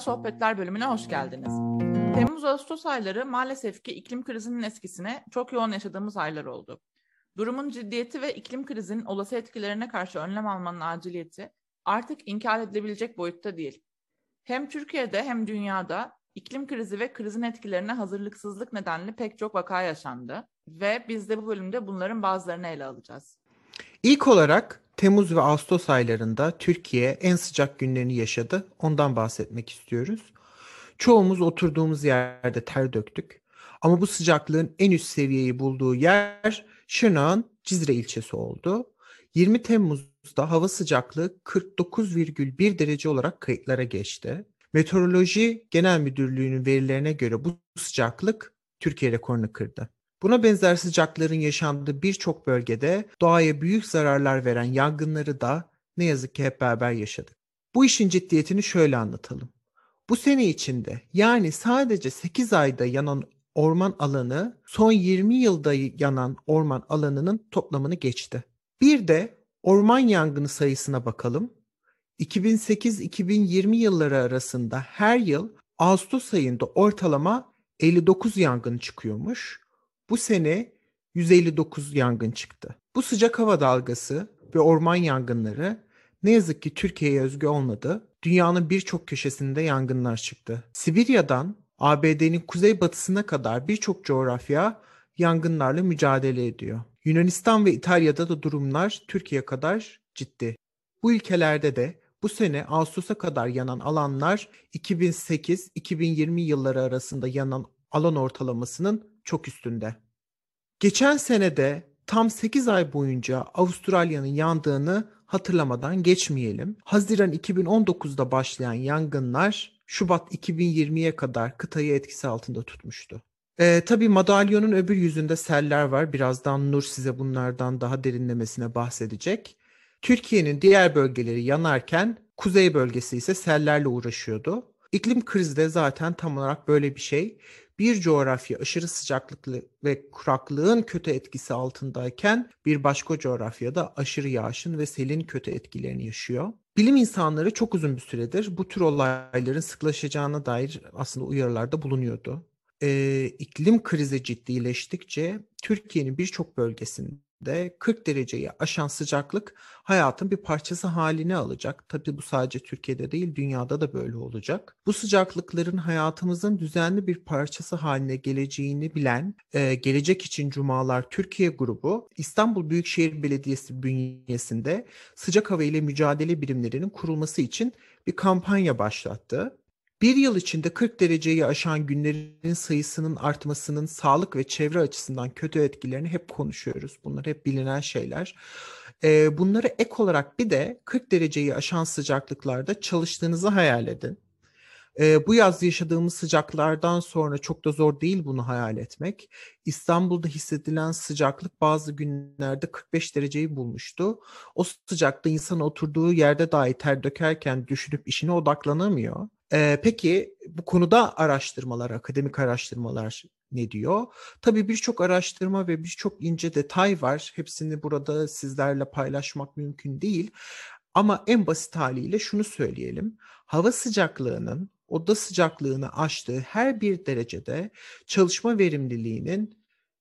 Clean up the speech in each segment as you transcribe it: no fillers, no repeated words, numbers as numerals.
Sohbetler bölümüne hoş geldiniz. Temmuz-Ağustos ayları maalesef ki iklim krizinin eskisine çok yoğun yaşadığımız aylar oldu. Durumun ciddiyeti ve iklim krizinin olası etkilerine karşı önlem almanın aciliyeti artık inkar edilebilecek boyutta değil. Hem Türkiye'de hem dünyada iklim krizi ve krizin etkilerine hazırlıksızlık nedenli pek çok vaka yaşandı ve biz de bu bölümde bunların bazılarını ele alacağız. İlk olarak Temmuz ve Ağustos aylarında Türkiye en sıcak günlerini yaşadı. Ondan bahsetmek istiyoruz. Çoğumuz oturduğumuz yerde ter döktük. Ama bu sıcaklığın en üst seviyeyi bulduğu yer Şırnak'ın Cizre ilçesi oldu. 20 Temmuz'da hava sıcaklığı 49,1 derece olarak kayıtlara geçti. Meteoroloji Genel Müdürlüğü'nün verilerine göre bu sıcaklık Türkiye rekorunu kırdı. Buna benzer sıcakların yaşandığı birçok bölgede doğaya büyük zararlar veren yangınları da ne yazık ki hep beraber yaşadık. Bu işin ciddiyetini şöyle anlatalım. Bu sene içinde yani sadece 8 ayda yanan orman alanı son 20 yılda yanan orman alanının toplamını geçti. Bir de orman yangını sayısına bakalım. 2008-2020 yılları arasında her yıl Ağustos ayında ortalama 59 yangın çıkıyormuş. Bu sene 159 yangın çıktı. Bu sıcak hava dalgası ve orman yangınları ne yazık ki Türkiye'ye özgü olmadı. Dünyanın birçok köşesinde yangınlar çıktı. Sibirya'dan ABD'nin kuzeybatısına kadar birçok coğrafya yangınlarla mücadele ediyor. Yunanistan ve İtalya'da da durumlar Türkiye kadar ciddi. Bu ülkelerde de bu sene Ağustos'a kadar yanan alanlar 2008-2020 yılları arasında yanan alan ortalamasının çok üstünde. Geçen senede tam 8 ay boyunca Avustralya'nın yandığını hatırlamadan geçmeyelim. Haziran 2019'da başlayan yangınlar Şubat 2020'ye kadar kıtayı etkisi altında tutmuştu. Tabii madalyonun öbür yüzünde seller var. Birazdan Nur size bunlardan daha derinlemesine bahsedecek. Türkiye'nin diğer bölgeleri yanarken kuzey bölgesi ise sellerle uğraşıyordu. İklim krizi de zaten tam olarak böyle bir şey. Bir coğrafya aşırı sıcaklıklı ve kuraklığın kötü etkisi altındayken bir başka coğrafyada aşırı yağışın ve selin kötü etkilerini yaşıyor. Bilim insanları çok uzun bir süredir bu tür olayların sıklaşacağına dair aslında uyarılarda bulunuyordu. İklim krizi ciddileştikçe Türkiye'nin birçok bölgesinde 40 dereceyi aşan sıcaklık hayatın bir parçası haline alacak. Tabii bu sadece Türkiye'de değil, dünyada da böyle olacak. Bu sıcaklıkların hayatımızın düzenli bir parçası haline geleceğini bilen Gelecek İçin Cumalar Türkiye grubu İstanbul Büyükşehir Belediyesi bünyesinde sıcak hava ile mücadele birimlerinin kurulması için bir kampanya başlattı. Bir yıl içinde 40 dereceyi aşan günlerin sayısının artmasının sağlık ve çevre açısından kötü etkilerini hep konuşuyoruz. Bunlar hep bilinen şeyler. Bunları ek olarak bir de 40 dereceyi aşan sıcaklıklarda çalıştığınızı hayal edin. Bu yaz yaşadığımız sıcaklardan sonra çok da zor değil bunu hayal etmek. İstanbul'da hissedilen sıcaklık bazı günlerde 45 dereceyi bulmuştu. O sıcakta insan oturduğu yerde dahi ter dökerken düşünüp işine odaklanamıyor. Peki bu konuda araştırmalar, akademik araştırmalar ne diyor? Tabii birçok araştırma ve birçok ince detay var. Hepsini burada sizlerle paylaşmak mümkün değil. Ama en basit haliyle şunu söyleyelim. Hava sıcaklığının oda sıcaklığını aştığı her bir derecede çalışma verimliliğinin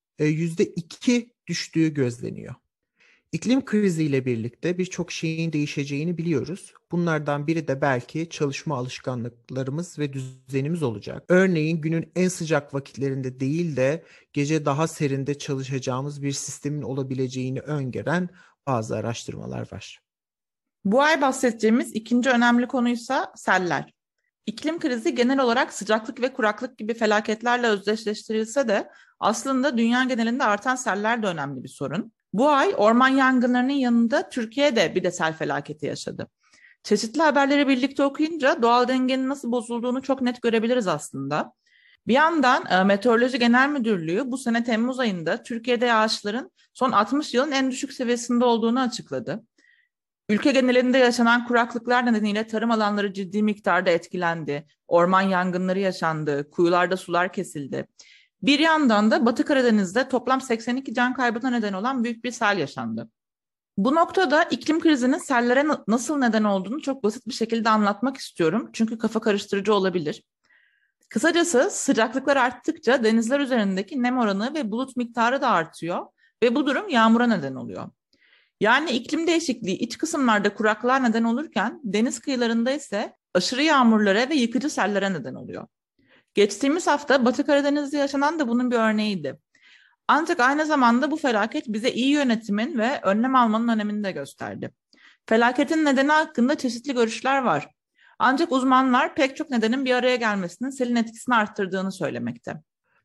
%2 düştüğü gözleniyor. İklim kriziyle birlikte birçok şeyin değişeceğini biliyoruz. Bunlardan biri de belki çalışma alışkanlıklarımız ve düzenimiz olacak. Örneğin günün en sıcak vakitlerinde değil de gece daha serinde çalışacağımız bir sistemin olabileceğini öngören bazı araştırmalar var. Bu ay bahsedeceğimiz ikinci önemli konuysa seller. İklim krizi genel olarak sıcaklık ve kuraklık gibi felaketlerle özdeşleştirilse de aslında dünya genelinde artan seller de önemli bir sorun. Bu ay orman yangınlarının yanında Türkiye de bir de sel felaketi yaşadı. Çeşitli haberleri birlikte okuyunca doğal dengenin nasıl bozulduğunu çok net görebiliriz aslında. Bir yandan Meteoroloji Genel Müdürlüğü bu sene Temmuz ayında Türkiye'de yağışların son 60 yılın en düşük seviyesinde olduğunu açıkladı. Ülke genelinde yaşanan kuraklıklar nedeniyle tarım alanları ciddi miktarda etkilendi. Orman yangınları yaşandı, kuyularda sular kesildi. Bir yandan da Batı Karadeniz'de toplam 82 can kaybına neden olan büyük bir sel yaşandı. Bu noktada iklim krizinin sellere nasıl neden olduğunu çok basit bir şekilde anlatmak istiyorum. Çünkü kafa karıştırıcı olabilir. Kısacası sıcaklıklar arttıkça denizler üzerindeki nem oranı ve bulut miktarı da artıyor ve bu durum yağmura neden oluyor. Yani iklim değişikliği iç kısımlarda kuraklığa neden olurken deniz kıyılarında ise aşırı yağmurlara ve yıkıcı sellere neden oluyor. Geçtiğimiz hafta Batı Karadeniz'de yaşanan da bunun bir örneğiydi. Ancak aynı zamanda bu felaket bize iyi yönetimin ve önlem almanın önemini de gösterdi. Felaketin nedeni hakkında çeşitli görüşler var. Ancak uzmanlar pek çok nedenin bir araya gelmesinin selin etkisini arttırdığını söylemekte.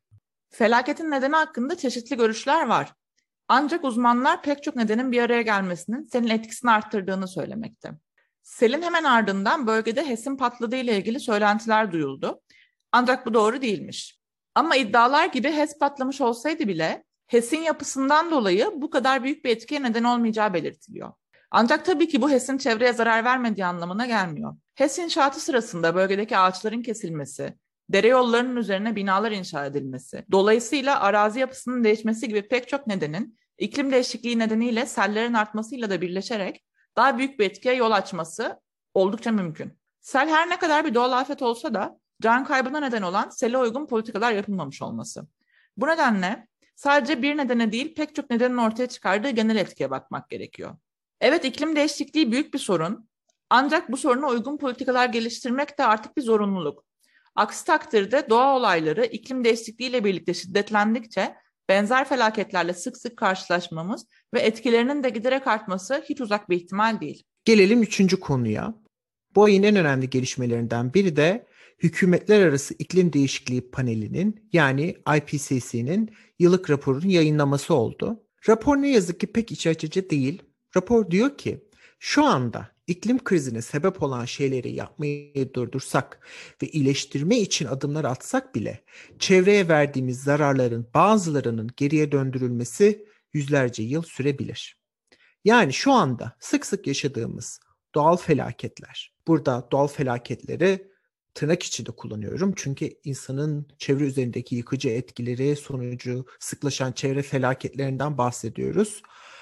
Felaketin nedeni hakkında çeşitli görüşler var. Ancak uzmanlar pek çok nedenin bir araya gelmesinin selin etkisini arttırdığını söylemekte. Selin hemen ardından bölgede HES'in patladığı ile ilgili söylentiler duyuldu. Ancak bu doğru değilmiş. Ama iddialar gibi HES patlamış olsaydı bile HES'in yapısından dolayı bu kadar büyük bir etkiye neden olmayacağı belirtiliyor. Ancak tabii ki bu HES'in çevreye zarar vermediği anlamına gelmiyor. HES inşaatı sırasında bölgedeki ağaçların kesilmesi, dere yollarının üzerine binalar inşa edilmesi, dolayısıyla arazi yapısının değişmesi gibi pek çok nedenin iklim değişikliği nedeniyle sellerin artmasıyla da birleşerek daha büyük bir etkiye yol açması oldukça mümkün. Sel her ne kadar bir doğal afet olsa da can kaybına neden olan sele uygun politikalar yapılmamış olması. Bu nedenle sadece bir nedene değil pek çok nedenin ortaya çıkardığı genel etkiye bakmak gerekiyor. Evet, iklim değişikliği büyük bir sorun. Ancak bu soruna uygun politikalar geliştirmek de artık bir zorunluluk. Aksi takdirde doğa olayları iklim değişikliğiyle birlikte şiddetlendikçe benzer felaketlerle sık sık karşılaşmamız ve etkilerinin de giderek artması hiç uzak bir ihtimal değil. Gelelim 3. konuya. Bu ayın en önemli gelişmelerinden biri de Hükümetler Arası İklim Değişikliği Paneli'nin yani IPCC'nin yıllık raporunu yayınlaması oldu. Rapor ne yazık ki pek iç açıcı değil. Rapor diyor ki şu anda iklim krizine sebep olan şeyleri yapmayı durdursak ve iyileştirme için adımlar atsak bile çevreye verdiğimiz zararların bazılarının geriye döndürülmesi yüzlerce yıl sürebilir. Yani şu anda sık sık yaşadığımız doğal felaketler, burada doğal felaketleri tırnak içinde kullanıyorum çünkü insanın çevre üzerindeki yıkıcı etkileri sonucu sıklaşan çevre felaketlerinden bahsediyoruz.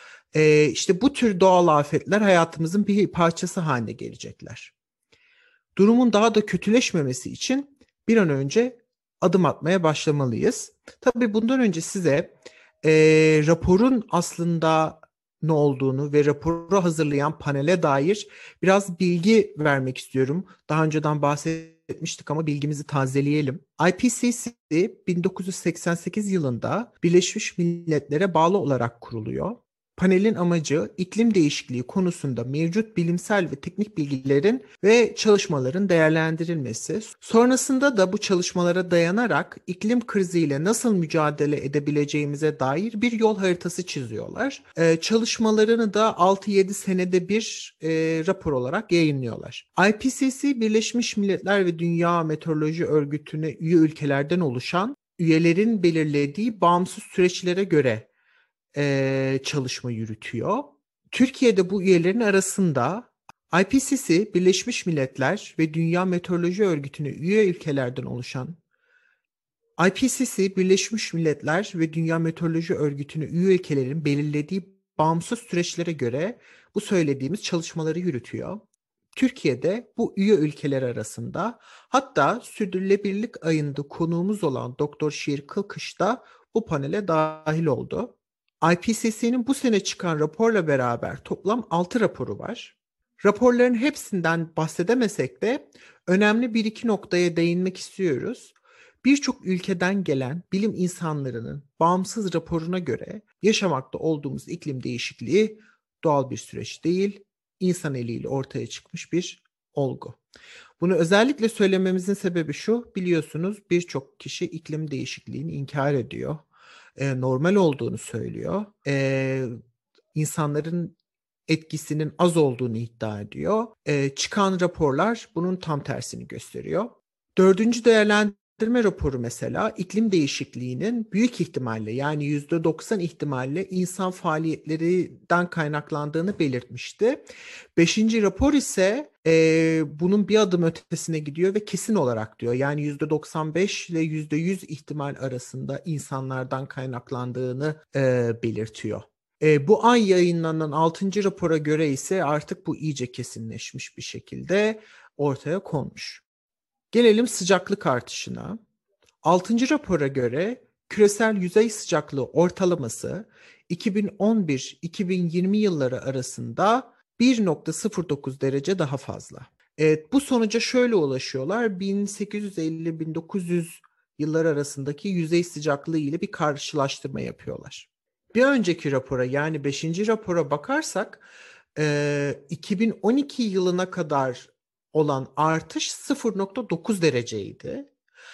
İşte bu tür doğal afetler hayatımızın bir parçası haline gelecekler. Durumun daha da kötüleşmemesi için bir an önce adım atmaya başlamalıyız. Tabii bundan önce size raporun aslında ne olduğunu ve raporu hazırlayan panele dair biraz bilgi vermek istiyorum. Daha önceden bahsetmiştik ama bilgimizi tazeleyelim. IPCC 1988 yılında Birleşmiş Milletler'e bağlı olarak kuruluyor. Panelin amacı iklim değişikliği konusunda mevcut bilimsel ve teknik bilgilerin ve çalışmaların değerlendirilmesi. Sonrasında da bu çalışmalara dayanarak iklim kriziyle nasıl mücadele edebileceğimize dair bir yol haritası çiziyorlar. Çalışmalarını da 6-7 senede bir rapor olarak yayınlıyorlar. IPCC, Birleşmiş Milletler ve Dünya Meteoroloji Örgütü'ne üye ülkelerden oluşan üyelerin belirlediği bağımsız süreçlere göre çalışma yürütüyor. Türkiye'de bu üyelerin arasında IPCC, Birleşmiş Milletler ve Dünya Meteoroloji Örgütü'ne üye ülkelerden oluşan IPCC, Birleşmiş Milletler ve Dünya Meteoroloji Örgütü'ne üye ülkelerin belirlediği bağımsız süreçlere göre bu söylediğimiz çalışmaları yürütüyor. Türkiye'de bu üye ülkeler arasında hatta Sürdürülebilirlik ayında konuğumuz olan Doktor Şiir Kılkış da bu panele dahil oldu. IPCC'nin bu sene çıkan raporla beraber toplam 6 raporu var. Raporların hepsinden bahsedemesek de önemli bir iki noktaya değinmek istiyoruz. Birçok ülkeden gelen bilim insanlarının bağımsız raporuna göre yaşamakta olduğumuz iklim değişikliği doğal bir süreç değil, insan eliyle ortaya çıkmış bir olgu. Bunu özellikle söylememizin sebebi şu, biliyorsunuz birçok kişi iklim değişikliğini inkar ediyor. Normal olduğunu söylüyor. İnsanların etkisinin az olduğunu iddia ediyor. Çıkan raporlar bunun tam tersini gösteriyor. 4. değerlendirme raporu mesela iklim değişikliğinin büyük ihtimalle yani %90 ihtimalle insan faaliyetlerinden kaynaklandığını belirtmişti. 5. rapor ise bunun bir adım ötesine gidiyor ve kesin olarak diyor. Yani %95 ile %100 ihtimal arasında insanlardan kaynaklandığını belirtiyor. Bu ay yayınlanan 6. rapora göre ise artık bu iyice kesinleşmiş bir şekilde ortaya konmuş. Gelelim sıcaklık artışına. 6. rapora göre küresel yüzey sıcaklığı ortalaması 2011-2020 yılları arasında 1,09 derece daha fazla. Evet, bu sonuca şöyle ulaşıyorlar. 1850-1900 yıllar arasındaki yüzey sıcaklığı ile bir karşılaştırma yapıyorlar. Bir önceki rapora, yani 5. rapora bakarsak 2012 yılına kadar olan artış 0,9 dereceydi.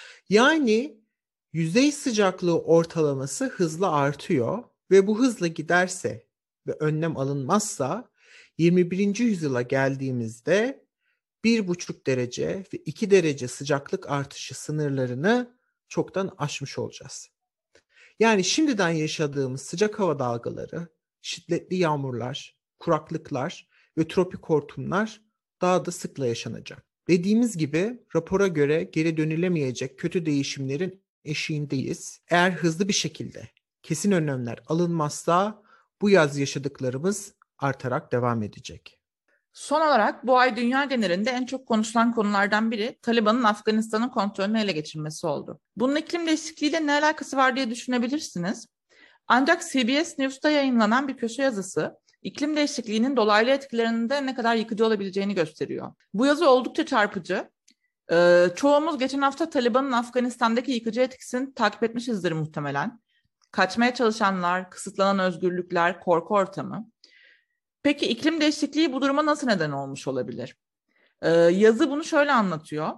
Yani yüzey sıcaklığı ortalaması hızla artıyor ve bu hızla giderse ve önlem alınmazsa 21. yüzyıla geldiğimizde 1,5 derece ve 2 derece sıcaklık artışı sınırlarını çoktan aşmış olacağız. Yani şimdiden yaşadığımız sıcak hava dalgaları, şiddetli yağmurlar, kuraklıklar ve tropik hortumlar daha da sıkla yaşanacak. Dediğimiz gibi rapora göre geri dönülemeyecek kötü değişimlerin eşiğindeyiz. Eğer hızlı bir şekilde kesin önlemler alınmazsa bu yaz yaşadıklarımız artarak devam edecek. Son olarak bu ay dünya genelinde en çok konuşulan konulardan biri Taliban'ın Afganistan'ın kontrolünü ele geçirmesi oldu. Bunun iklim değişikliğiyle ne alakası var diye düşünebilirsiniz. Ancak CBS News'ta yayınlanan bir köşe yazısı iklim değişikliğinin dolaylı etkilerinde ne kadar yıkıcı olabileceğini gösteriyor. Bu yazı oldukça çarpıcı. Çoğumuz geçen hafta Taliban'ın Afganistan'daki yıkıcı etkisini takip etmişizdir muhtemelen. Kaçmaya çalışanlar, kısıtlanan özgürlükler, korku ortamı. Peki iklim değişikliği bu duruma nasıl neden olmuş olabilir? Yazı bunu şöyle anlatıyor.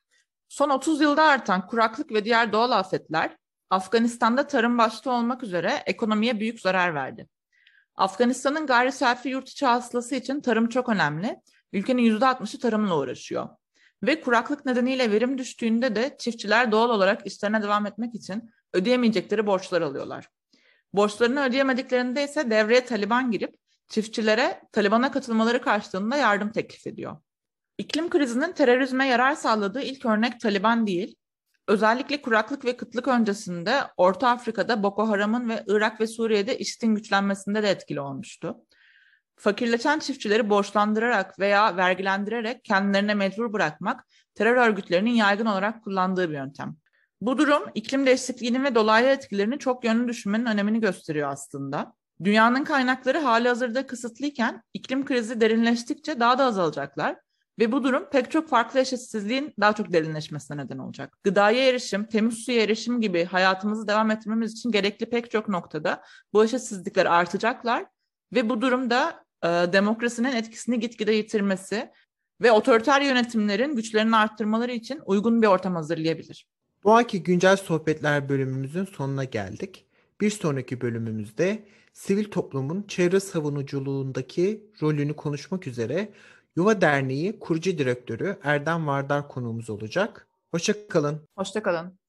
Son 30 yılda artan kuraklık ve diğer doğal afetler Afganistan'da tarım başta olmak üzere ekonomiye büyük zarar verdi. Afganistan'ın gayri safi yurt içi hasılası için tarım çok önemli. Ülkenin %60'ı tarımla uğraşıyor. Ve kuraklık nedeniyle verim düştüğünde de çiftçiler doğal olarak işlerine devam etmek için ödeyemeyecekleri borçlar alıyorlar. Borçlarını ödeyemediklerinde ise devreye Taliban girip çiftçilere Taliban'a katılmaları karşılığında yardım teklif ediyor. İklim krizinin terörizme yarar sağladığı ilk örnek Taliban değil. Özellikle kuraklık ve kıtlık öncesinde Orta Afrika'da Boko Haram'ın ve Irak ve Suriye'de IŞİD'in güçlenmesinde de etkili olmuştu. Fakirleşen çiftçileri borçlandırarak veya vergilendirerek kendilerine mecbur bırakmak terör örgütlerinin yaygın olarak kullandığı bir yöntem. Bu durum iklim değişikliğinin ve dolaylı etkilerini çok yönlü düşünmenin önemini gösteriyor aslında. Dünyanın kaynakları halihazırda kısıtlıyken iklim krizi derinleştikçe daha da azalacaklar ve bu durum pek çok farklı eşitsizliğin daha çok derinleşmesine neden olacak. Gıdaya erişim, temiz suya erişim gibi hayatımızı devam ettirmemiz için gerekli pek çok noktada bu eşitsizlikler artacaklar ve bu durumda demokrasinin etkisini gitgide yitirmesi ve otoriter yönetimlerin güçlerini arttırmaları için uygun bir ortam hazırlayabilir. Bu ayki güncel sohbetler bölümümüzün sonuna geldik. Bir sonraki bölümümüzde sivil toplumun çevre savunuculuğundaki rolünü konuşmak üzere Yuva Derneği kurucu direktörü Erdem Vardar konuğumuz olacak. Hoşça kalın. Hoşça kalın.